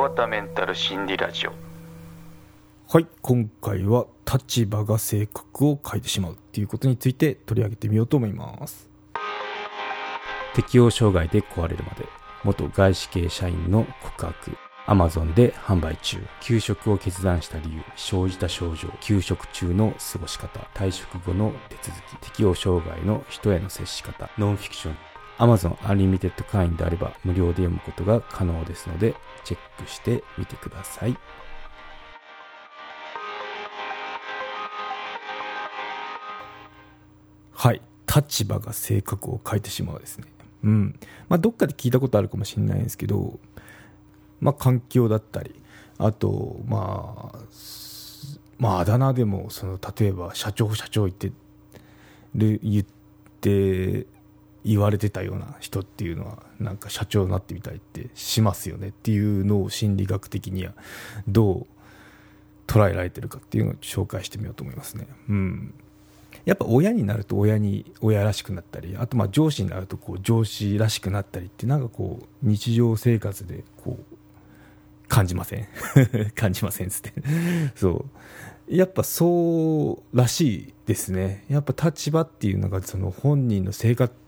田メンタル心理ラジオ。 はい、今回は立場が性格を変えてしまうっていうことについて取り上げてみようと思います。適応障害で壊れるまで、元外資系社員の告白。 Amazon で販売中。休職を決断した理由、生じた症状、休職中の過ごし方、退職後の手続き、適応障害の人への接し方、ノンフィクション。 Amazon Unlimited 会員であれば無料で読むことが可能ですので、チェックしてみてください。はい、立場が性格を変えてしまうですね。どっかで聞いたことあるかもしれないんですけど、環境だったり、あとあだ名でも例えば社長言われてたような人っていうのはなんか社長になってみたいってしますよねっていうのを心理学的にはどう捉えられてるかっていうのを紹介してみようと思いますね。やっぱ親になると親らしくなったり、あと上司になると上司らしくなったりって、日常生活で感じません感じませんっつってそうやっぱそうらしいですね。やっぱ立場っていうのが本人の性格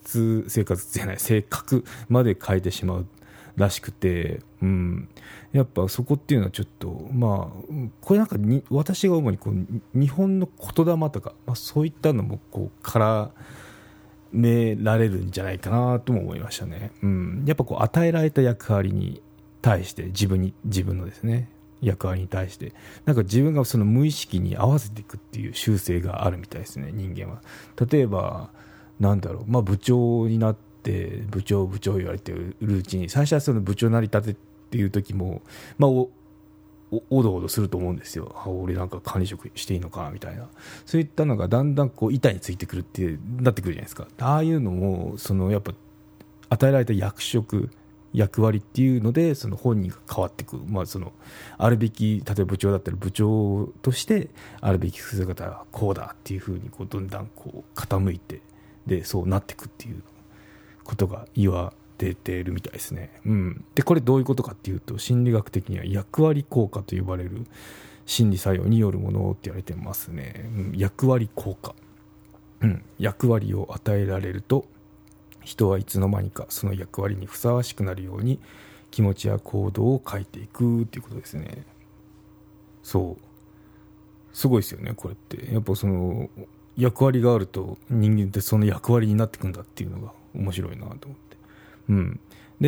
まで変えてしまうらしくて、やっぱそこっていうのはちょっとこれ私が主に日本の言霊とか、そういったのも絡められるんじゃないかなとも思いましたね。やっぱ与えられた役割に対して自分のですね役割に対して自分が無意識に合わせていくっていう習性があるみたいですね、人間は。例えば部長になって部長言われてるうちに、最初は部長なりたてっていう時もおどおどすると思うんですよ。俺管理職していいのかみたいな、そういったのがだんだん板についてくるってなってくるじゃないですか。ああいうのもやっぱ与えられた役割っていうので本人が変わっていく、あるべき、例えば部長だったら部長としてあるべき姿はこうだっていうふうにどんどん傾いて、でそうなっていくっていうことが言われてるみたいですね。でこれどういうことかっていうと、心理学的には役割効果と呼ばれる心理作用によるものって言われてますね。役割効果、役割を与えられると人はいつの間にかその役割にふさわしくなるように気持ちや行動を変えていくっていうことですね。そうすごいですよね、これって。やっぱ役割があると人間ってその役割になっていくんだっていうのが面白いなと思って。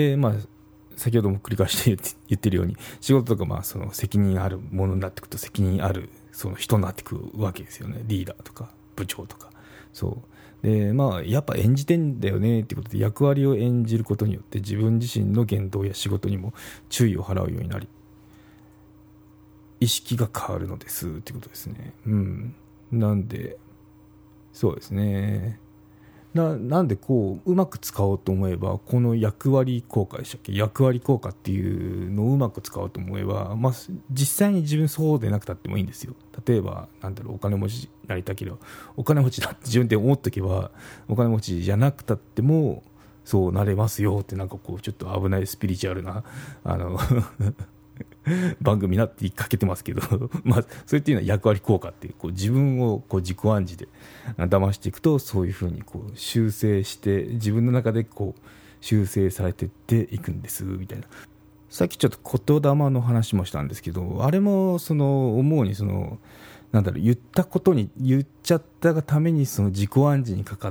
で先ほども繰り返して言ってるように、仕事とか責任あるものになっていくと責任ある人になっていくわけですよね。リーダーとか部長とか。でやっぱ演じてんだよねっていうことで、役割を演じることによって自分自身の言動や仕事にも注意を払うようになり、意識が変わるのですっていうことですね。なんでそうですね。なんでうまく使おうと思えば、この役割効果でしたっけ、役割効果っていうのをうまく使おうと思えば、実際に自分そうでなくたってもいいんですよ。例えばお金持ちになりたければお金持ちだって自分で思っとけば、お金持ちじゃなくたってもそうなれますよって、ちょっと危ないスピリチュアルな番組になって言いかけてますけどそれっていうのは役割効果っていう、自分を自己暗示で騙していくと、そういうふうに修正して自分の中で修正されてっていくんですみたいな。さっきちょっと言霊の話もしたんですけど、あれも思うに言っちゃったがために自己暗示にかかって、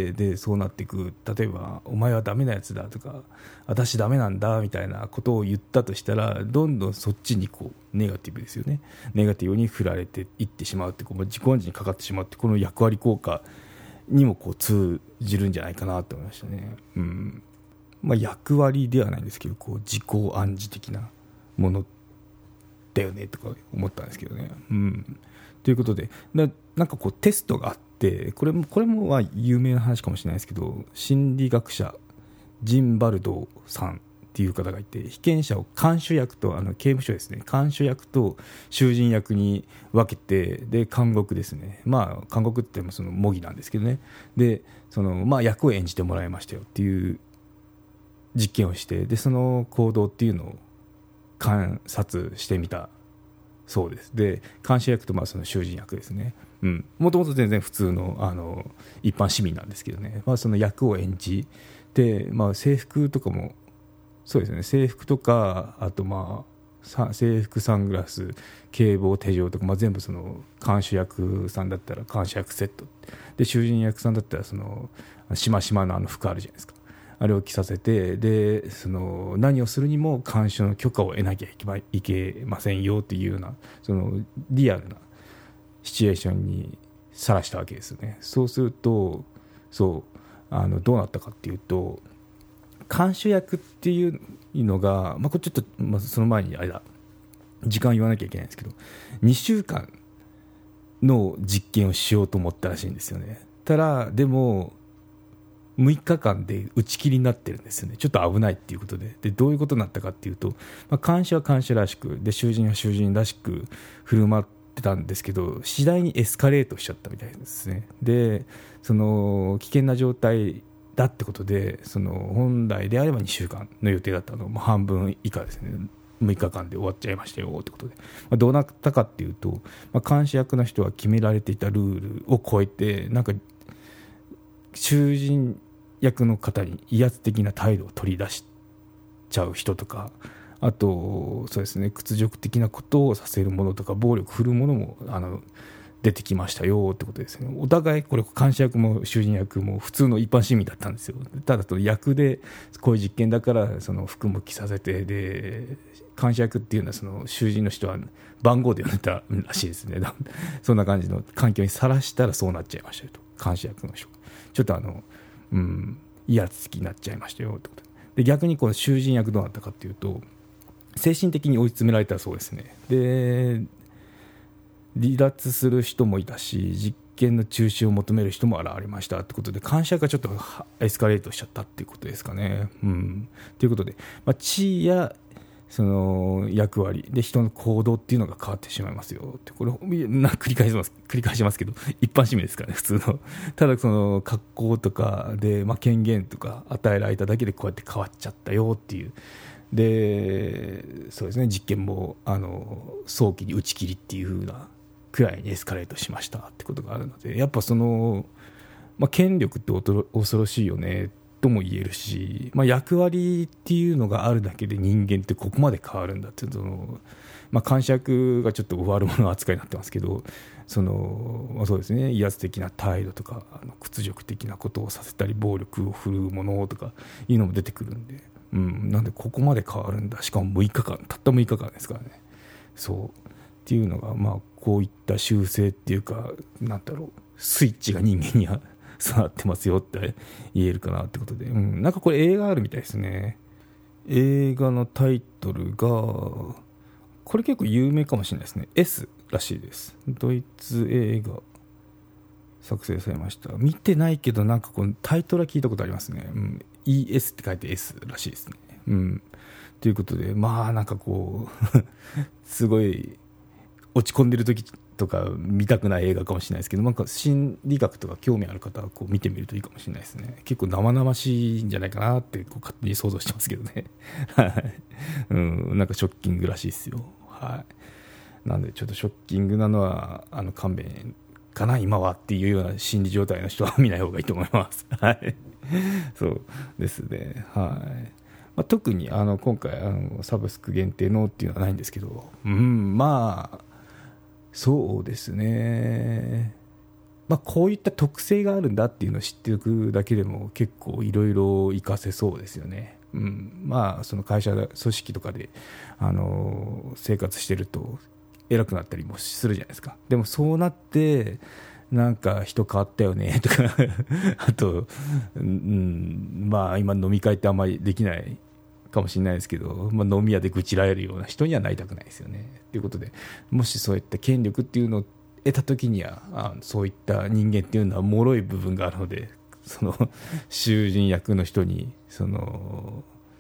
でそうなっていく。例えばお前はダメなやつだとか、私ダメなんだみたいなことを言ったとしたら、どんどんそっちにネガティブですよね。ネガティブに振られていってしまうって、自己暗示にかかってしまうって、この役割効果にも通じるんじゃないかなと思いましたね。役割ではないんですけど、自己暗示的なものだよねとか思ったんですけどね。ということでテストがあって、これも有名な話かもしれないですけど、心理学者ジンバルドーさんっていう方がいて、被験者を看守役と刑務所ですね、看守役と囚人役に分けて、で監獄ですね、監獄って模擬なんですけどね、で役を演じてもらいましたよっていう実験をして、でその行動っていうのを観察してみたそうです。で監視役とその囚人役ですね。もともと全然普通の、一般市民なんですけどね、その役を演じて、制服とかもそうですね、制服とかあと制服、サングラス、警棒、手錠とか、全部その看守役さんだったら看守役セットで、囚人役さんだったらそのしましまの服あるじゃないですか、あれを着させて、でその何をするにも看守の許可を得なきゃいけませんよっていうような、そのリアルなシチュエーションにさらしたわけですよね。そうするとどうなったかっていうと、看守役っていうのが、これちょっと、その前に時間を言わなきゃいけないんですけど、2週間の実験をしようと思ったらしいんですよね。ただでも6日間で打ち切りになってるんですよね。ちょっと危ないっていうことで、どういうことになったかっていうと、看守は看守らしく、で囚人は囚人らしく振る舞ってたんですけど、次第にエスカレートしちゃったみたいですね。でその危険な状態だってことで、その本来であれば2週間の予定だったのも半分以下ですね、6日間で終わっちゃいましたよってことで、どうなったかっていうと、監視役の人は決められていたルールを超えて、なんか囚人役の方に威圧的な態度を取り出しちゃう人とか、あとそうですね、屈辱的なことをさせるものとか暴力振るものも出てきましたよってことですね。お互いこれ監視役も囚人役も普通の一般市民だったんですよ。ただと役でこういう実験だからその服も着させて、で監視役っていうのはその囚人の人は番号で呼んでたらしいですね。そんな感じの環境にさらしたらそうなっちゃいましたよと。監視役の人ちょっと威圧的になっちゃいましたよってことで、逆にこの囚人役どうなったかっていうと、精神的に追い詰められたそうですね。で離脱する人もいたし、実験の中止を求める人も現れましたということで、監視役がちょっとエスカレートしちゃったということですかね。ということで、地位やその役割で人の行動っていうのが変わってしまいますよって、これ繰り返しますけど、一般市民ですからね、普通の。ただその格好とかで、権限とか与えられただけでこうやって変わっちゃったよっていう。でそうですね、実験も早期に打ち切りっていう風なくらいにエスカレートしましたってことがあるので、やっぱその、権力って恐ろしいよねとも言えるし、役割っていうのがあるだけで人間ってここまで変わるんだっていう、その、監視役がちょっと悪者扱いになってますけど、その、そうですね、威圧的な態度とか屈辱的なことをさせたり暴力を振るうものとかいうのも出てくるんで、なんでここまで変わるんだ、しかも6日間、たった6日間ですからね。そうっていうのが、こういった修正っていうか、なんだろう、スイッチが人間には備わってますよって言えるかなってことで、なんかこれ映画あるみたいですね。映画のタイトルがこれ結構有名かもしれないですね。 S らしいです。ドイツ映画作成されました。見てないけどなんかこのタイトルは聞いたことありますね。ES って書いて S らしいですね。ということで、なんかこうすごい落ち込んでる時とか見たくない映画かもしれないですけど、なんか心理学とか興味ある方はこう見てみるといいかもしれないですね。結構生々しいんじゃないかなってこう勝手に想像してますけどねなんかショッキングらしいですよ。なんでちょっとショッキングなのは勘弁かな今はっていうような心理状態の人は見ない方がいいと思いますそうですね。特に今回サブスク限定のっていうのはないんですけど、そうですね、こういった特性があるんだっていうのを知っておくだけでも結構いろいろ活かせそうですよね。その会社組織とかで生活してると偉くなったりもするじゃないですか。でもそうなってなんか人変わったよねとかあと、今飲み会ってあんまりできないかもしれないですけど、飲み屋で愚痴られるような人にはなりたくないですよね。ということで、もしそういった権力っていうのを得た時にはそういった人間っていうのは脆い部分があるので、その囚人役の人にその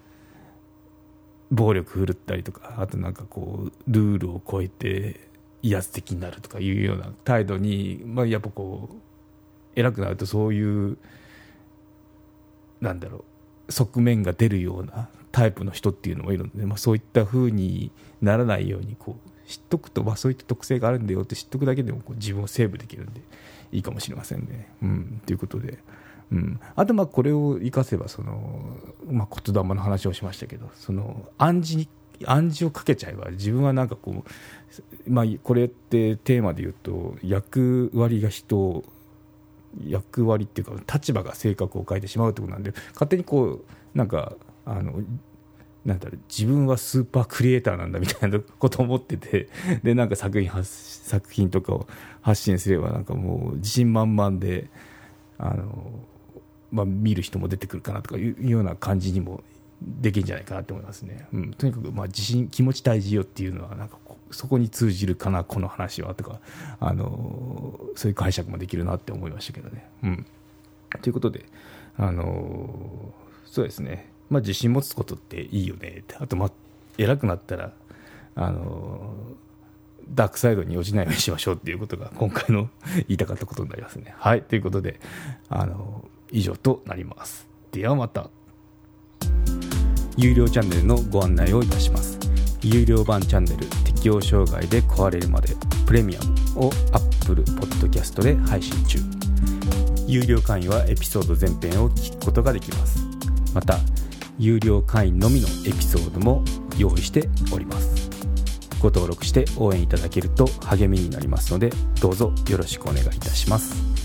暴力振るったりとか、あとなんかこうルールを超えて威圧的になるとかいうような態度に、やっぱこう偉くなるとそういうなんだろう側面が出るようなタイプの人っていうのもいるので、そういった風にならないようにこう知っとくと、そういった特性があるんだよって知っとくだけでもこう自分をセーブできるんでいいかもしれませんね。ということで、あとこれを生かせば言霊の話をしましたけど、暗示をかけちゃえば自分はなんかこう、これってテーマで言うと役割っていうか立場が性格を変えてしまうってことなんで、勝手にこうなんだろう、自分はスーパークリエイターなんだみたいなことを思ってて、でなんか作品とかを発信すればなんかもう自信満々で見る人も出てくるかなとかいうような感じにもできるんじゃないかなと思いますね。とにかく気持ち大事よっていうのはなんかそこに通じるかなこの話はとか、そういう解釈もできるなって思いましたけどね。ということでそうですね、自信持つことっていいよねって、あと偉くなったらダークサイドに落ちないようにしましょうっていうことが今回の言いたかったことになりますね。はい、ということで以上となります。ではまた。有料チャンネルのご案内をいたします。有料版チャンネル適応障害で壊れるまでプレミアムを Apple Podcast で配信中。有料会員はエピソード全編を聞くことができます。また有料会員のみのエピソードも用意しております。ご登録して応援いただけると励みになりますので、どうぞよろしくお願いいたします。